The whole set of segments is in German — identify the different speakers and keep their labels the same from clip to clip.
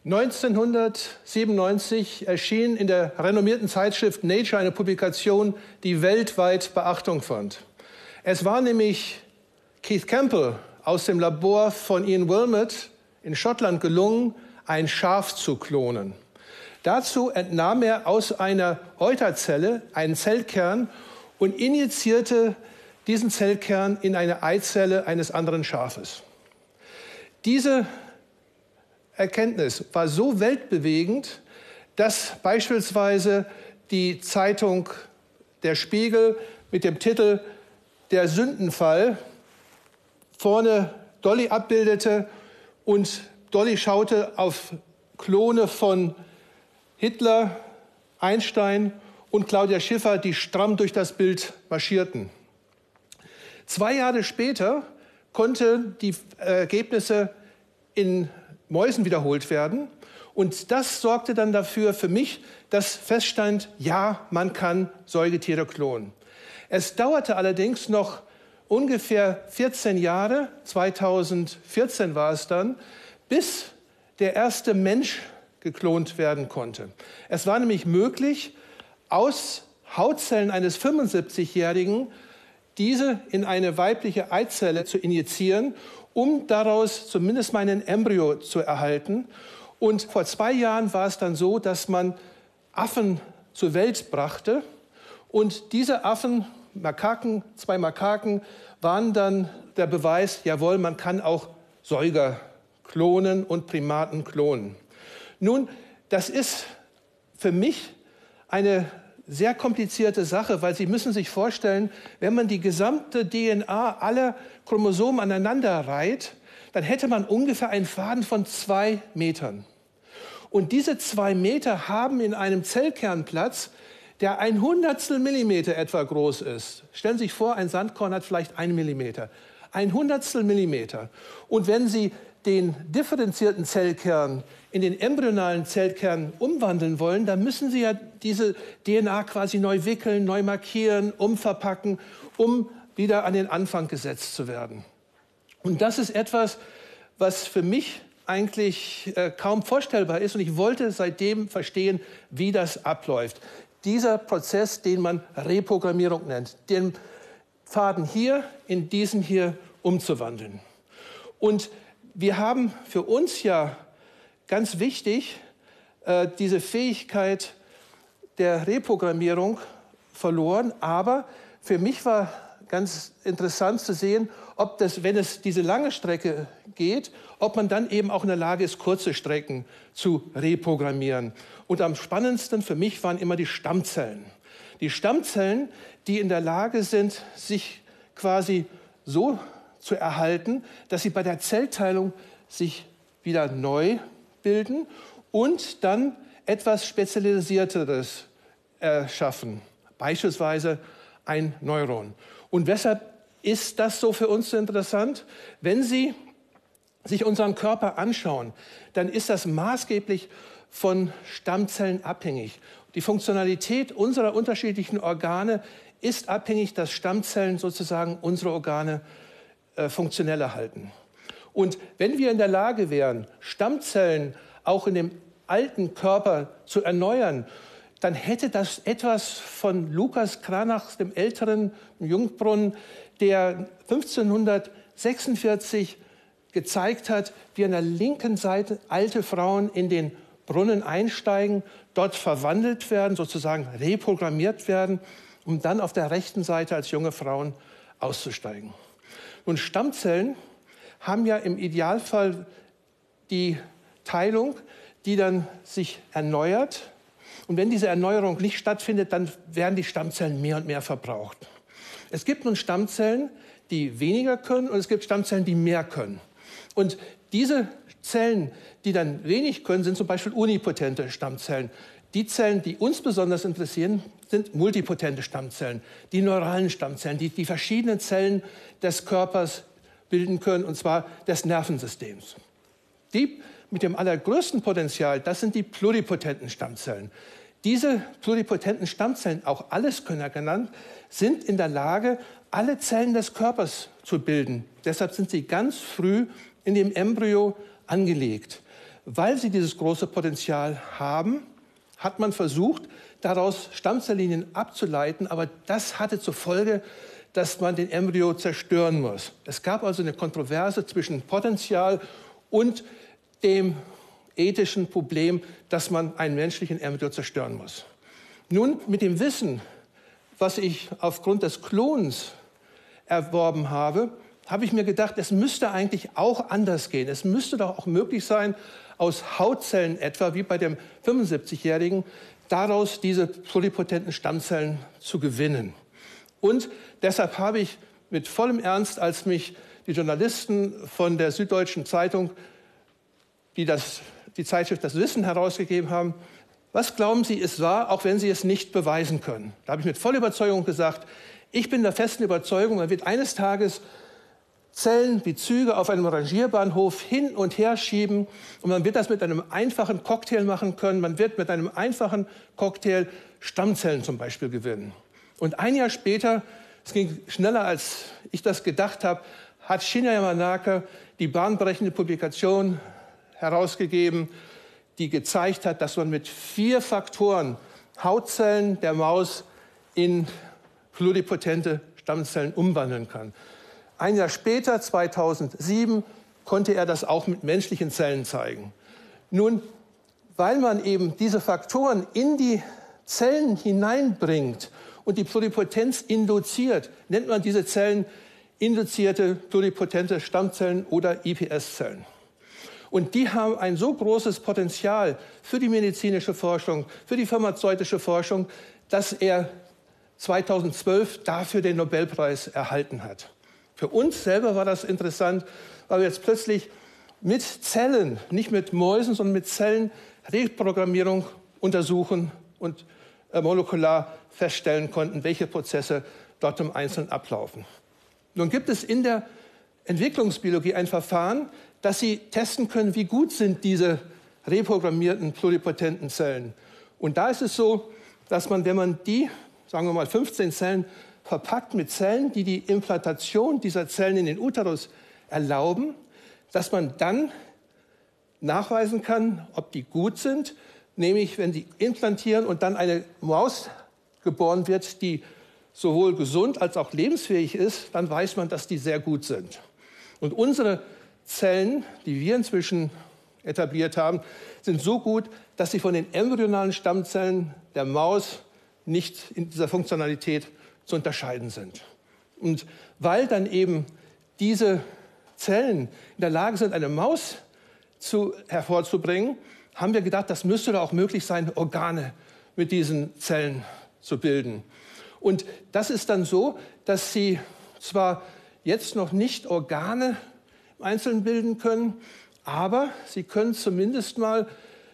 Speaker 1: 1997 erschien in der renommierten Zeitschrift Nature eine Publikation, die weltweit Beachtung fand. Es war nämlich Keith Campbell aus dem Labor von Ian Wilmot in Schottland gelungen, ein Schaf zu klonen. Dazu entnahm er aus einer Euterzelle einen Zellkern und injizierte diesen Zellkern in eine Eizelle eines anderen Schafes. Diese Erkenntnis war so weltbewegend, dass beispielsweise die Zeitung Der Spiegel mit dem Titel Der Sündenfall vorne Dolly abbildete und Dolly schaute auf Klone von Hitler, Einstein und Claudia Schiffer, die stramm durch das Bild marschierten. 2 Jahre später konnten die Ergebnisse in Mäusen wiederholt werden. Und das sorgte dann dafür für mich, dass feststand, ja, man kann Säugetiere klonen. Es dauerte allerdings noch ungefähr 14 Jahre, 2014 war es dann, bis der erste Mensch geklont werden konnte. Es war nämlich möglich, aus Hautzellen eines 75-Jährigen diese in eine weibliche Eizelle zu injizieren, um daraus zumindest mal einen Embryo zu erhalten. Und vor 2 Jahren war es dann so, dass man Affen zur Welt brachte. Und diese Affen, Makaken, 2 Makaken, waren dann der Beweis, jawohl, man kann auch Säuger klonen und Primaten klonen. Nun, das ist für mich eine sehr komplizierte Sache, weil Sie müssen sich vorstellen, wenn man die gesamte DNA aller Chromosomen aneinander reiht, dann hätte man ungefähr einen Faden von 2 Metern. Und diese 2 Meter haben in einem Zellkern Platz, der 1/100 Millimeter etwa groß ist. Stellen Sie sich vor, ein Sandkorn hat vielleicht 1 Millimeter. 1/100 Millimeter. Und wenn Sie den differenzierten Zellkern in den embryonalen Zellkern umwandeln wollen, dann müssen Sie ja diese DNA quasi neu wickeln, neu markieren, umverpacken, um wieder an den Anfang gesetzt zu werden. Und das ist etwas, was für mich eigentlich kaum vorstellbar ist. Und ich wollte seitdem verstehen, wie das abläuft. Dieser Prozess, den man Reprogrammierung nennt, den Faden hier in diesen hier umzuwandeln. Und wir haben für uns ja ganz wichtig diese Fähigkeit der Reprogrammierung verloren. Aber für mich war ganz interessant zu sehen, ob das, wenn es diese lange Strecke geht, ob man dann eben auch in der Lage ist, kurze Strecken zu reprogrammieren. Und am spannendsten für mich waren immer die Stammzellen. Die Stammzellen, die in der Lage sind, sich quasi so zu erhalten, dass sie bei der Zellteilung sich wieder neu bilden und dann etwas Spezialisierteres erschaffen, beispielsweise ein Neuron. Und weshalb ist das so für uns so interessant? Wenn Sie sich unseren Körper anschauen, dann ist das maßgeblich von Stammzellen abhängig. Die Funktionalität unserer unterschiedlichen Organe ist abhängig, dass Stammzellen sozusagen unsere Organe funktionell erhalten. Und wenn wir in der Lage wären, Stammzellen auch in dem alten Körper zu erneuern, dann hätte das etwas von Lukas Cranach, dem älteren Jungbrunnen, der 1546 gezeigt hat, wie an der linken Seite alte Frauen in den Brunnen einsteigen, dort verwandelt werden, sozusagen reprogrammiert werden, um dann auf der rechten Seite als junge Frauen auszusteigen. Und Stammzellen haben ja im Idealfall die Teilung, die dann sich erneuert. Und wenn diese Erneuerung nicht stattfindet, dann werden die Stammzellen mehr und mehr verbraucht. Es gibt nun Stammzellen, die weniger können, und es gibt Stammzellen, die mehr können. Und diese Zellen, die dann wenig können, sind zum Beispiel unipotente Stammzellen. Die Zellen, die uns besonders interessieren, sind multipotente Stammzellen, die neuralen Stammzellen, die die verschiedenen Zellen des Körpers bilden können, und zwar des Nervensystems. Die mit dem allergrößten Potenzial, das sind die pluripotenten Stammzellen. Diese pluripotenten Stammzellen, auch Alleskönner genannt, sind in der Lage, alle Zellen des Körpers zu bilden. Deshalb sind sie ganz früh in dem Embryo angelegt. Weil sie dieses große Potenzial haben, hat man versucht, daraus Stammzelllinien abzuleiten, aber das hatte zur Folge, dass man den Embryo zerstören muss. Es gab also eine Kontroverse zwischen Potenzial und dem ethischen Problem, dass man einen menschlichen Embryo zerstören muss. Nun, mit dem Wissen, was ich aufgrund des Klons erworben habe, habe ich mir gedacht, es müsste eigentlich auch anders gehen. Es müsste doch auch möglich sein, aus Hautzellen etwa, wie bei dem 75-Jährigen, daraus diese pluripotenten Stammzellen zu gewinnen. Und deshalb habe ich mit vollem Ernst, als mich die Journalisten von der Süddeutschen Zeitung, die Zeitschrift Das Wissen herausgegeben haben, was glauben Sie, ist wahr, auch wenn Sie es nicht beweisen können? Da habe ich mit voller Überzeugung gesagt, ich bin der festen Überzeugung, man wird eines Tages Zellen wie Züge auf einem Rangierbahnhof hin und her schieben und man wird das mit einem einfachen Cocktail machen können. Man wird mit einem einfachen Cocktail Stammzellen zum Beispiel gewinnen. Und ein Jahr später, es ging schneller als ich das gedacht habe, hat Shinya Yamanaka die bahnbrechende Publikation herausgegeben, die gezeigt hat, dass man mit 4 Faktoren Hautzellen der Maus in pluripotente Stammzellen umwandeln kann. Ein Jahr später, 2007, konnte er das auch mit menschlichen Zellen zeigen. Nun, weil man eben diese Faktoren in die Zellen hineinbringt und die Pluripotenz induziert, nennt man diese Zellen induzierte pluripotente Stammzellen oder iPS-Zellen. Und die haben ein so großes Potenzial für die medizinische Forschung, für die pharmazeutische Forschung, dass er 2012 dafür den Nobelpreis erhalten hat. Für uns selber war das interessant, weil wir jetzt plötzlich mit Zellen, nicht mit Mäusen, sondern mit Zellen Reprogrammierung untersuchen und molekular feststellen konnten, welche Prozesse dort im Einzelnen ablaufen. Nun gibt es in der Entwicklungsbiologie ein Verfahren, dass Sie testen können, wie gut sind diese reprogrammierten pluripotenten Zellen. Und da ist es so, dass man, wenn man die, sagen wir mal 15 Zellen, verpackt mit Zellen, die die Implantation dieser Zellen in den Uterus erlauben, dass man dann nachweisen kann, ob die gut sind, nämlich wenn die implantieren und dann eine Maus geboren wird, die sowohl gesund als auch lebensfähig ist, dann weiß man, dass die sehr gut sind. Und unsere Zellen, die wir inzwischen etabliert haben, sind so gut, dass sie von den embryonalen Stammzellen der Maus nicht in dieser Funktionalität zu unterscheiden sind. Und weil dann eben diese Zellen in der Lage sind, eine Maus hervorzubringen, haben wir gedacht, das müsste doch auch möglich sein, Organe mit diesen Zellen zu bilden. Und das ist dann so, dass sie zwar jetzt noch nicht Organe im Einzelnen bilden können, aber sie können zumindest mal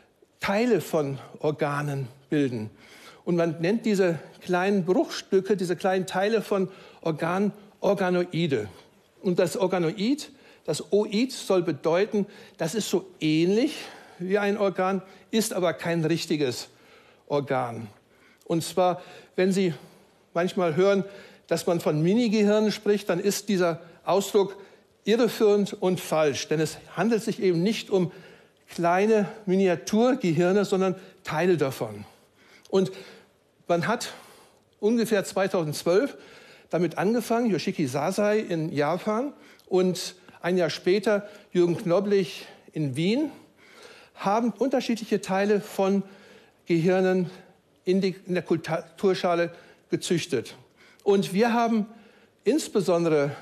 Speaker 1: Teile von Organen bilden. Und man nennt diese kleinen Bruchstücke, diese kleinen Teile von Organen Organoide. Und das Organoid, das Oid soll bedeuten, das ist so ähnlich wie ein Organ, ist aber kein richtiges Organ. Und zwar, wenn Sie manchmal hören, dass man von Minigehirnen spricht, dann ist dieser Ausdruck irreführend und falsch. Denn es handelt sich eben nicht um kleine Miniaturgehirne, sondern Teile davon. Und man hat ungefähr 2012 damit angefangen, Yoshiki Sasai in Japan und ein Jahr später Jürgen Knoblich in Wien, haben unterschiedliche Teile von Gehirnen in der Kulturschale gezüchtet. Und wir haben insbesondere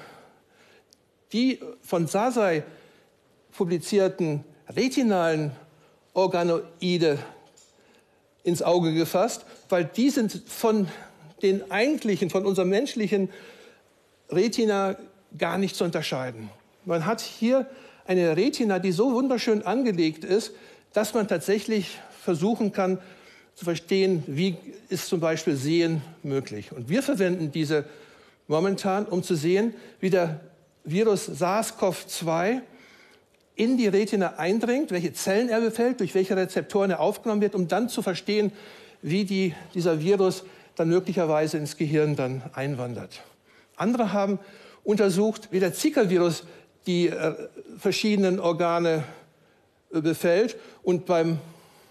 Speaker 1: die von Sasai publizierten retinalen Organoide ins Auge gefasst, weil die sind von den eigentlichen, von unserem menschlichen Retina gar nicht zu unterscheiden. Man hat hier eine Retina, die so wunderschön angelegt ist, dass man tatsächlich versuchen kann zu verstehen, wie ist zum Beispiel Sehen möglich. Und wir verwenden diese momentan, um zu sehen, wie der Virus SARS-CoV-2 in die Retina eindringt, welche Zellen er befällt, durch welche Rezeptoren er aufgenommen wird, um dann zu verstehen, wie dieser Virus dann möglicherweise ins Gehirn dann einwandert. Andere haben untersucht, wie der Zika-Virus die verschiedenen Organe befällt. Und beim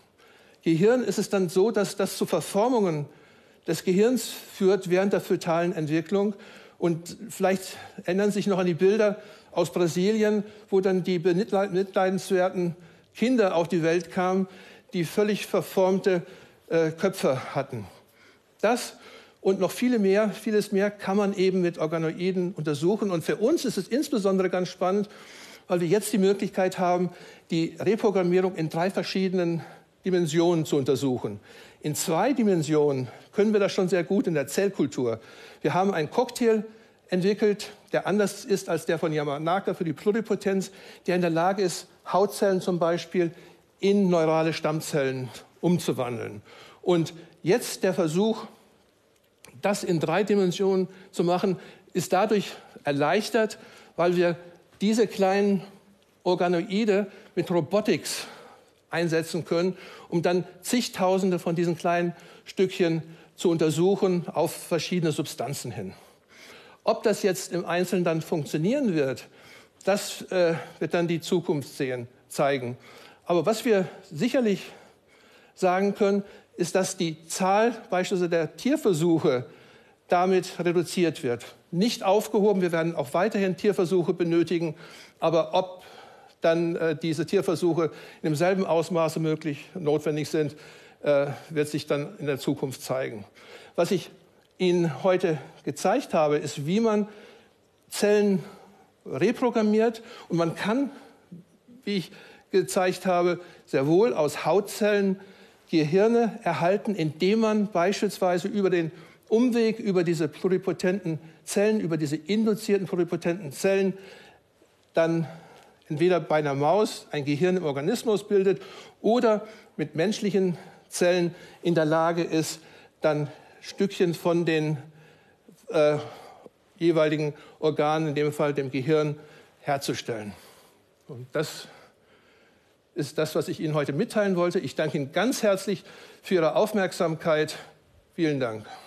Speaker 1: Gehirn ist es dann so, dass das zu Verformungen des Gehirns führt während der fötalen Entwicklung. Und vielleicht erinnern Sie sich noch an die Bilder aus Brasilien, wo dann die bemitleidenswerten Kinder auf die Welt kamen, die völlig verformte Köpfe hatten. Das und noch vieles mehr kann man eben mit Organoiden untersuchen. Und für uns ist es insbesondere ganz spannend, weil wir jetzt die Möglichkeit haben, die Reprogrammierung in 3 verschiedenen Dimensionen zu untersuchen. In 2 Dimensionen können wir das schon sehr gut in der Zellkultur. Wir haben einen Cocktail entwickelt, der anders ist als der von Yamanaka für die Pluripotenz, der in der Lage ist, Hautzellen zum Beispiel in neurale Stammzellen umzuwandeln. Und jetzt der Versuch, das in 3 Dimensionen zu machen, ist dadurch erleichtert, weil wir diese kleinen Organoide mit Robotics einsetzen können, um dann zigtausende von diesen kleinen Stückchen zu untersuchen auf verschiedene Substanzen hin. Ob das jetzt im Einzelnen dann funktionieren wird, das wird dann die Zukunft zeigen. Aber was wir sicherlich sagen können, ist, dass die Zahl beispielsweise der Tierversuche damit reduziert wird. Nicht aufgehoben, wir werden auch weiterhin Tierversuche benötigen, aber ob dann diese Tierversuche in demselben Ausmaße notwendig sind, wird sich dann in der Zukunft zeigen. Was ich Ihnen heute gezeigt habe, ist, wie man Zellen reprogrammiert. Und man kann, wie ich gezeigt habe, sehr wohl aus Hautzellen Gehirne erhalten, indem man beispielsweise über den Umweg, über diese pluripotenten Zellen, über diese induzierten pluripotenten Zellen, dann entweder bei einer Maus ein Gehirn im Organismus bildet oder mit menschlichen Zellen in der Lage ist, dann Stückchen von den jeweiligen Organen, in dem Fall dem Gehirn, herzustellen. Und das ist das, was ich Ihnen heute mitteilen wollte. Ich danke Ihnen ganz herzlich für Ihre Aufmerksamkeit. Vielen Dank.